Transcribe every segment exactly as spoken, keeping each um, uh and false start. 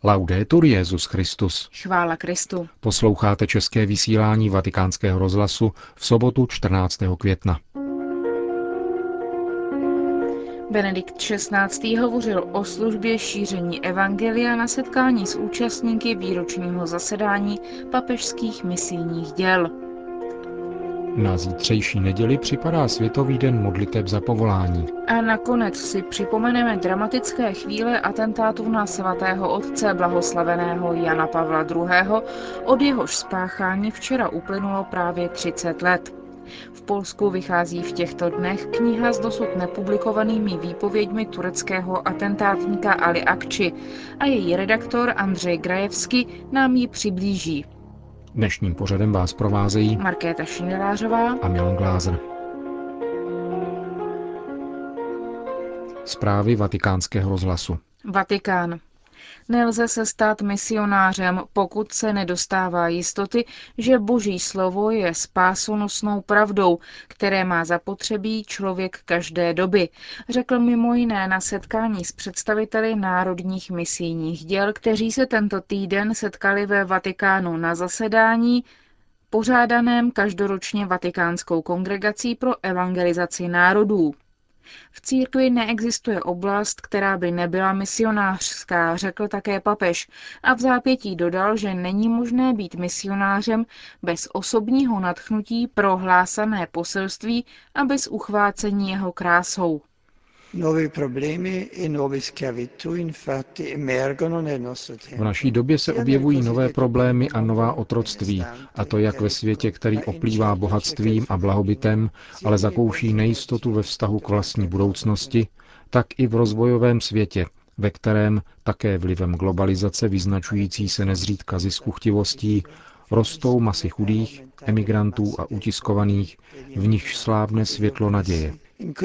Laudetur Jesus Christus. Chvála Kristu. Posloucháte české vysílání Vatikánského rozhlasu v sobotu čtrnáctého května. Benedikt šestnáctý. hovořil o službě šíření evangelia na setkání s účastníky výročního zasedání papežských misijních děl. Na zítřejší neděli připadá Světový den modliteb za povolání. A nakonec si připomeneme dramatické chvíle atentátu na svatého otce blahoslaveného Jana Pavla druhého., od jehož spáchání včera uplynulo právě třicet let. V Polsku vychází v těchto dnech kniha s dosud nepublikovanými výpověďmi tureckého atentátníka Ali Akči a její redaktor Andřej Grajevsky nám ji přiblíží. Dnešním pořadem vás provázejí Markéta Šindelářová a Milan Glázer. Zprávy Vatikánského rozhlasu. Vatikán. Nelze se stát misionářem, pokud se nedostává jistoty, že Boží slovo je spásonosnou pravdou, které má zapotřebí člověk každé doby, řekl mimo jiné na setkání s představiteli národních misijních děl, kteří se tento týden setkali ve Vatikánu na zasedání pořádaném každoročně Vatikánskou kongregací pro evangelizaci národů. V církvi neexistuje oblast, která by nebyla misionářská, řekl také papež a v zápětí dodal, že není možné být misionářem bez osobního nadchnutí pro hlásané poselství a bez uchvácení jeho krásou. V naší době se objevují nové problémy a nová otroctví, a to jak ve světě, který oplývá bohatstvím a blahobytem, ale zakouší nejistotu ve vztahu k vlastní budoucnosti, tak i v rozvojovém světě, ve kterém také vlivem globalizace vyznačující se nezřídka ziskuchtivostí rostou masy chudých, emigrantů a utiskovaných, v nichž slávne světlo naděje.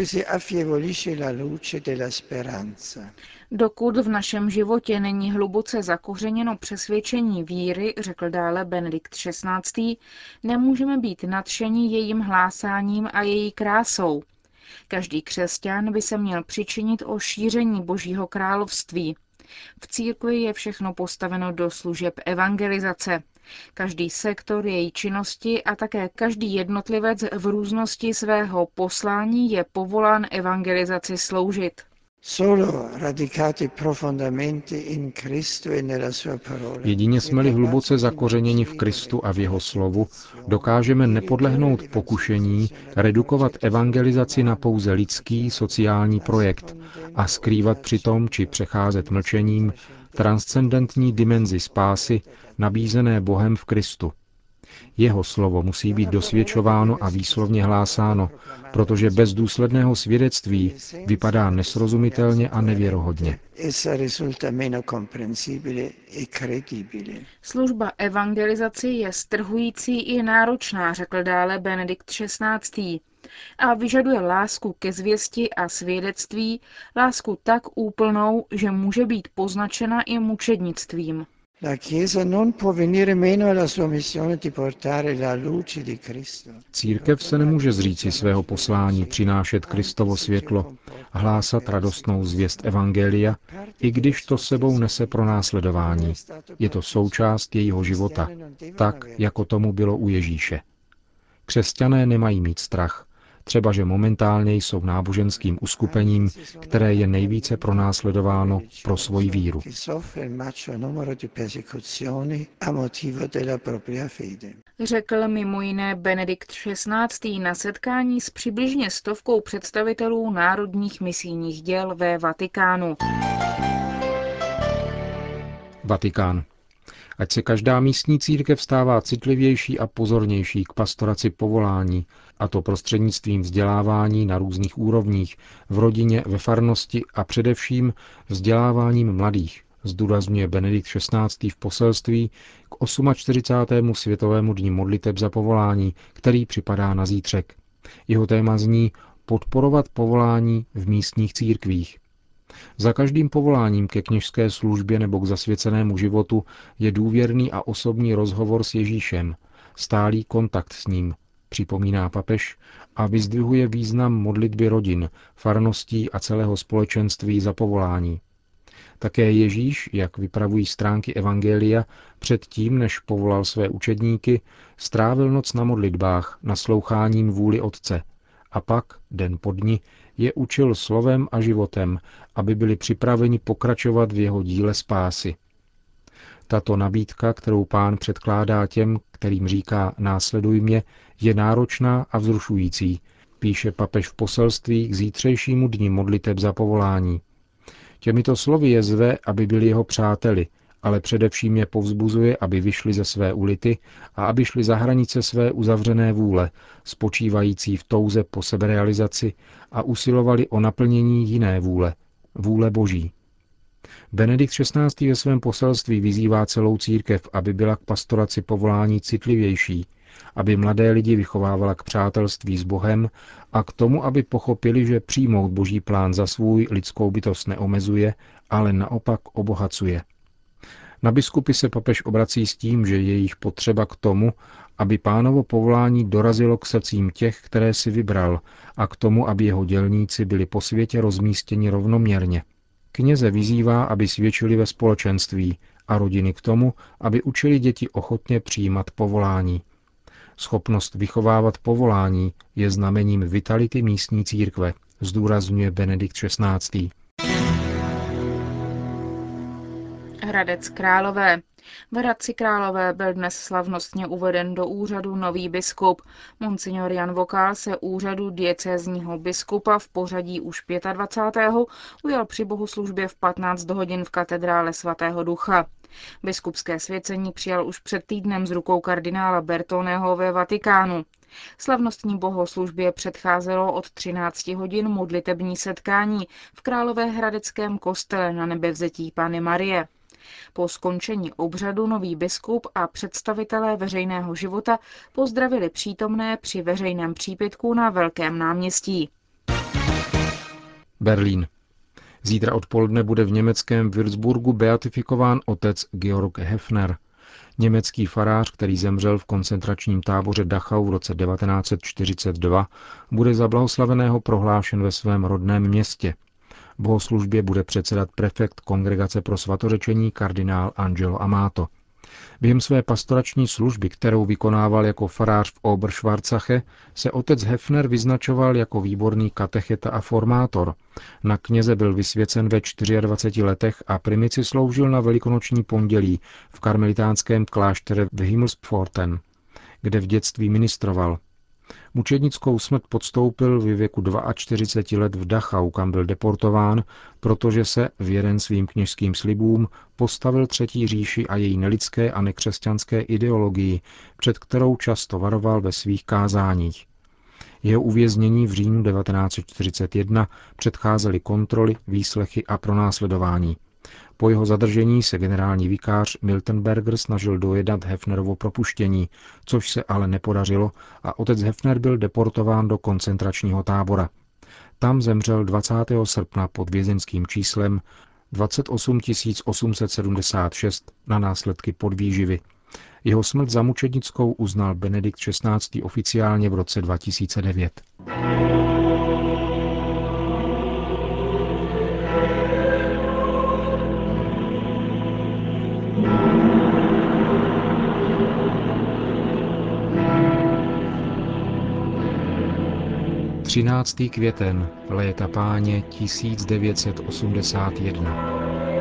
Dokud v našem životě není hluboce zakořeněno přesvědčení víry, řekl dále Benedikt šestnáctý., nemůžeme být nadšeni jejím hlásáním a její krásou. Každý křesťan by se měl přičinit o šíření Božího království. V církvi je všechno postaveno do služeb evangelizace. Každý sektor její činnosti a také každý jednotlivec v různosti svého poslání je povolán evangelizaci sloužit. Jedině jsme-li hluboce zakořeněni v Kristu a v jeho slovu, dokážeme nepodlehnout pokušení redukovat evangelizaci na pouze lidský sociální projekt a skrývat přitom či přecházet mlčením transcendentní dimenzi spásy nabízené Bohem v Kristu. Jeho slovo musí být dosvědčováno a výslovně hlásáno, protože bez důsledného svědectví vypadá nesrozumitelně a nevěrohodně. Služba evangelizaci je strhující i náročná, řekl dále Benedikt šestnáctý. A vyžaduje lásku ke zvěsti a svědectví, lásku tak úplnou, že může být poznačena i mučednictvím. Církev se nemůže zříci svého poslání přinášet Kristovo světlo, hlásat radostnou zvěst evangelia, i když to sebou nese pronásledování. Je to součást jejího života, tak, jako tomu bylo u Ježíše. Křesťané nemají mít strach, třeba že momentálně jsou náboženským uskupením, které je nejvíce pronásledováno pro svoji víru. Řekl mimo jiné Benedikt šestnáctý. na setkání s přibližně stovkou představitelů národních misijních děl ve Vatikánu. Vatikán. Ať se každá místní církev stává citlivější a pozornější k pastoraci povolání, a to prostřednictvím vzdělávání na různých úrovních, v rodině, ve farnosti a především vzděláváním mladých, zdůrazňuje Benedikt šestnáctý. v poselství k čtyřicátému osmému Světovému dni modliteb za povolání, který připadá na zítřek. Jeho téma zní podporovat povolání v místních církvích. Za každým povoláním ke kněžské službě nebo k zasvěcenému životu je důvěrný a osobní rozhovor s Ježíšem, stálý kontakt s ním, připomíná papež a vyzdvihuje význam modlitby rodin, farností a celého společenství za povolání. Také Ježíš, jak vypravují stránky Evangelia, předtím, než povolal své učedníky, strávil noc na modlitbách, nasloucháním vůli Otce a pak, den po dni, je učil slovem a životem, aby byli připraveni pokračovat v jeho díle spásy. Tato nabídka, kterou Pán předkládá těm, kterým říká následuj mě, je náročná a vzrušující, píše papež v poselství k zítřejšímu dni modliteb za povolání. Těmito slovy je zve, aby byli jeho přáteli, ale především je povzbuzuje, aby vyšli ze své ulity a aby šli za hranice své uzavřené vůle, spočívající v touze po seberealizaci a usilovali o naplnění jiné vůle, vůle Boží. Benedikt šestnáctý ve svém poselství vyzývá celou církev, aby byla k pastoraci povolání citlivější, aby mladé lidi vychovávala k přátelství s Bohem a k tomu, aby pochopili, že přijmout Boží plán za svůj lidskou bytost neomezuje, ale naopak obohacuje. Na biskupy se papež obrací s tím, že je jich potřeba k tomu, aby Pánovo povolání dorazilo k srdcím těch, které si vybral, a k tomu, aby jeho dělníci byli po světě rozmístěni rovnoměrně. Kněze vyzývá, aby svědčili ve společenství, a rodiny k tomu, aby učili děti ochotně přijímat povolání. Schopnost vychovávat povolání je znamením vitality místní církve, zdůrazňuje Benedikt šestnáctý. Hradec Králové. V Hradci Králové byl dnes slavnostně uveden do úřadu nový biskup. Monsignor Jan Vokál se úřadu diecézního biskupa v pořadí už dvacátého pátého ujal při bohoslužbě v patnáct hodin v katedrále svatého Ducha. Biskupské svěcení přijal už před týdnem z rukou kardinála Bertoneho ve Vatikánu. Slavnostní bohoslužbě předcházelo od třinácti hodin modlitební setkání v Královéhradeckém kostele na Nebevzetí Panny Marie. Po skončení obřadu nový biskup a představitelé veřejného života pozdravili přítomné při veřejném přípitku na Velkém náměstí. Berlín. Zítra odpoledne bude v německém Würzburgu beatifikován otec Georg Hefner. Německý farář, který zemřel v koncentračním táboře Dachau v roce devatenáct set čtyřicet dva, bude za blahoslaveného prohlášen ve svém rodném městě. Bohoslužbě bude předsedat prefekt Kongregace pro svatořečení kardinál Angelo Amato. Během své pastorační služby, kterou vykonával jako farář v Oberschwarzache, se otec Hefner vyznačoval jako výborný katecheta a formátor. Na kněze byl vysvěcen ve dvaceti čtyřech letech a primici sloužil na velikonoční pondělí v karmelitánském klášteře v Himmelspforten, kde v dětství ministroval. Mučednickou smrt podstoupil ve věku čtyřiceti dvou let v Dachau, kam byl deportován, protože se věren svým kněžským slibům postavil Třetí říši a její nelidské a nekřesťanské ideologii, před kterou často varoval ve svých kázáních. Jeho uvěznění v říjnu devatenáct set čtyřicet jedna předcházely kontroly, výslechy a pronásledování. Po jeho zadržení se generální vikář Miltenberger snažil dojednat Hefnerovo propuštění, což se ale nepodařilo a otec Hefner byl deportován do koncentračního tábora. Tam zemřel dvacátého srpna pod vězeňským číslem dvacet osm tisíc osm set sedmdesát šest na následky podvýživy. Jeho smrt za mučednickou uznal Benedikt šestnáctý oficiálně v roce dva tisíce devět. třináctý květen, léta Páně tisíc devět set osmdesát jedna.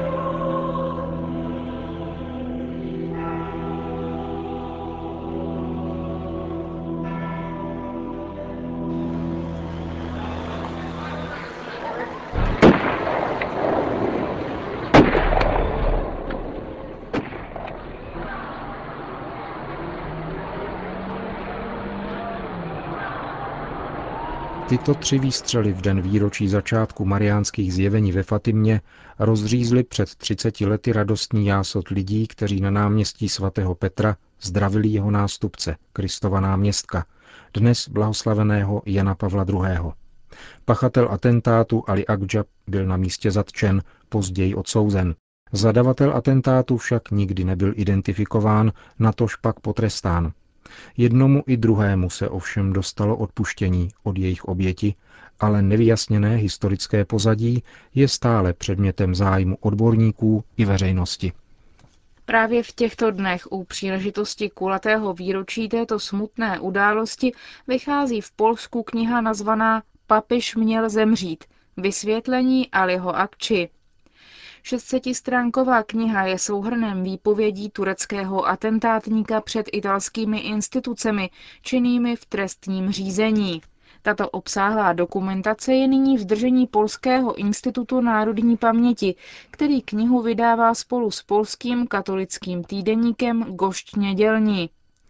Tyto tři výstřely v den výročí začátku mariánských zjevení ve Fatimě rozřízly před třiceti lety radostný jásot lidí, kteří na náměstí svatého Petra zdravili jeho nástupce, Kristova náměstka, dnes blahoslaveného Jana Pavla druhého. Pachatel atentátu Ali Akdžab byl na místě zatčen, později odsouzen. Zadavatel atentátu však nikdy nebyl identifikován, natož pak potrestán. Jednomu i druhému se ovšem dostalo odpuštění od jejich oběti ale nevyjasněné historické pozadí je stále předmětem zájmu odborníků i veřejnosti. Právě v těchto dnech u příležitosti kulatého výročí této smutné události vychází v Polsku kniha nazvaná Papež měl zemřít. Vysvětlení Aliho Akči. šestsetstránková kniha je souhrnem výpovědí tureckého atentátníka před italskými institucemi činnými v trestním řízení. Tato obsáhlá dokumentace je nyní v držení Polského institutu národní paměti, který knihu vydává spolu s polským katolickým týdeníkem Gošť nedělní.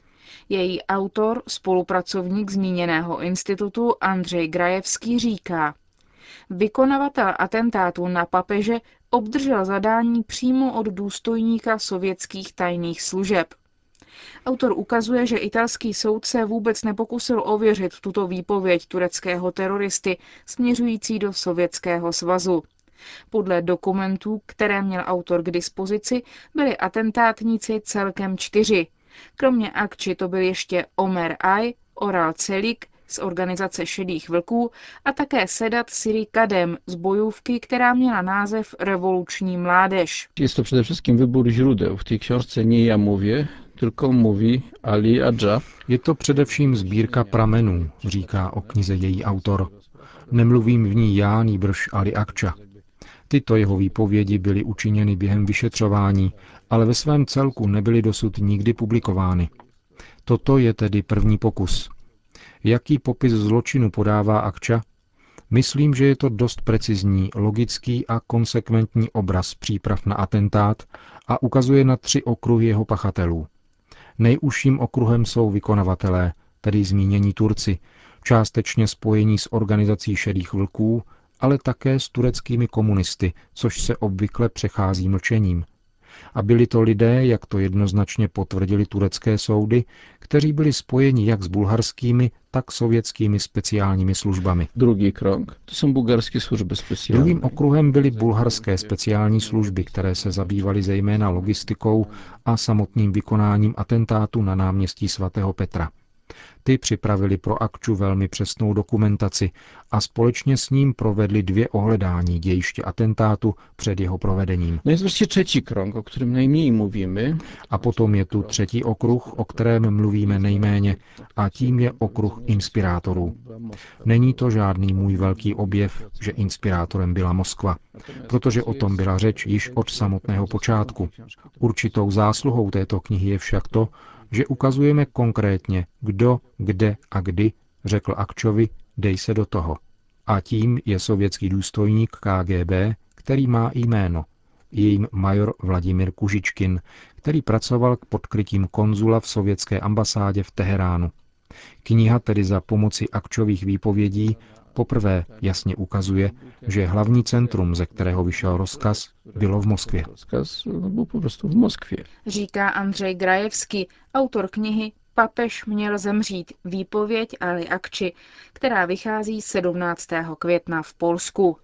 Její autor, spolupracovník zmíněného institutu Andřej Grajevský říká: Vykonavatel atentátu na papeže obdržel zadání přímo od důstojníka sovětských tajných služeb. Autor ukazuje, že italský soud se vůbec nepokusil ověřit tuto výpověď tureckého teroristy směřující do Sovětského svazu. Podle dokumentů, které měl autor k dispozici, byli atentátníci celkem čtyři. Kromě Akči to byl ještě Omer Aj, Oral Celik z organizace Šedých vlků a také Sedat Siri Kadem z bojůvky, která měla název Revoluční mládež. Je to především wybór źródeł. V té książce nie ja mówię, tylko mówi Ali Adža. Je to především sbírka pramenů, říká o knize její autor. Nemluvím v ní já, nýbrž Ali Akča. Tyto jeho výpovědi byly učiněny během vyšetřování, ale ve svém celku nebyly dosud nikdy publikovány. Toto je tedy první pokus. Jaký popis zločinu podává Akča? Myslím, že je to dost precizní, logický a konsekventní obraz příprav na atentát a ukazuje na tři okruhy jeho pachatelů. Nejužším okruhem jsou vykonavatelé, tedy zmínění Turci, částečně spojení s organizací Šedých vlků, ale také s tureckými komunisty, což se obvykle přechází mlčením. A byli to lidé, jak to jednoznačně potvrdili turecké soudy, kteří byli spojeni jak s bulharskými, tak sovětskými speciálními službami. Druhý krok, to jsou bulharské služby speciální. Druhým okruhem byly bulharské speciální služby, které se zabývaly zejména logistikou a samotným vykonáním atentátu na náměstí svatého Petra. Ty připravili pro Akču velmi přesnou dokumentaci a společně s ním provedli dvě ohledání dějiště atentátu před jeho provedením. No je vlastně třetí krok, o kterém nejméně mluvíme. A potom je tu třetí okruh, o kterém mluvíme nejméně, a tím je okruh inspirátorů. Není to žádný můj velký objev, že inspirátorem byla Moskva, protože o tom byla řeč již od samotného počátku. Určitou zásluhou této knihy je však to, že ukazujeme konkrétně, kdo, kde a kdy řekl Akčovi, dej se do toho. A tím je sovětský důstojník K G B, který má jméno. Je jim major Vladimír Kužičkin, který pracoval pod krytím konzula v sovětské ambasádě v Teheránu. Kniha tedy za pomoci Akčových výpovědí poprvé jasně ukazuje, že hlavní centrum, ze kterého vyšel rozkaz, bylo v Moskvě. Rozkaz byl prostě v Moskvě. Říká Andřej Grajevský, autor knihy Papež měl zemřít. Výpověď Ali Akči, která vychází sedmnáctého května v Polsku.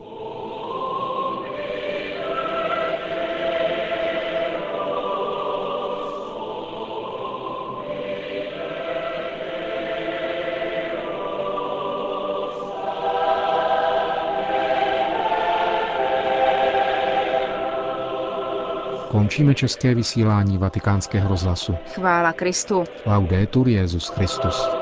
Končíme české vysílání Vatikánského rozhlasu. Chvála Kristu. Laudetur Jesus Christus.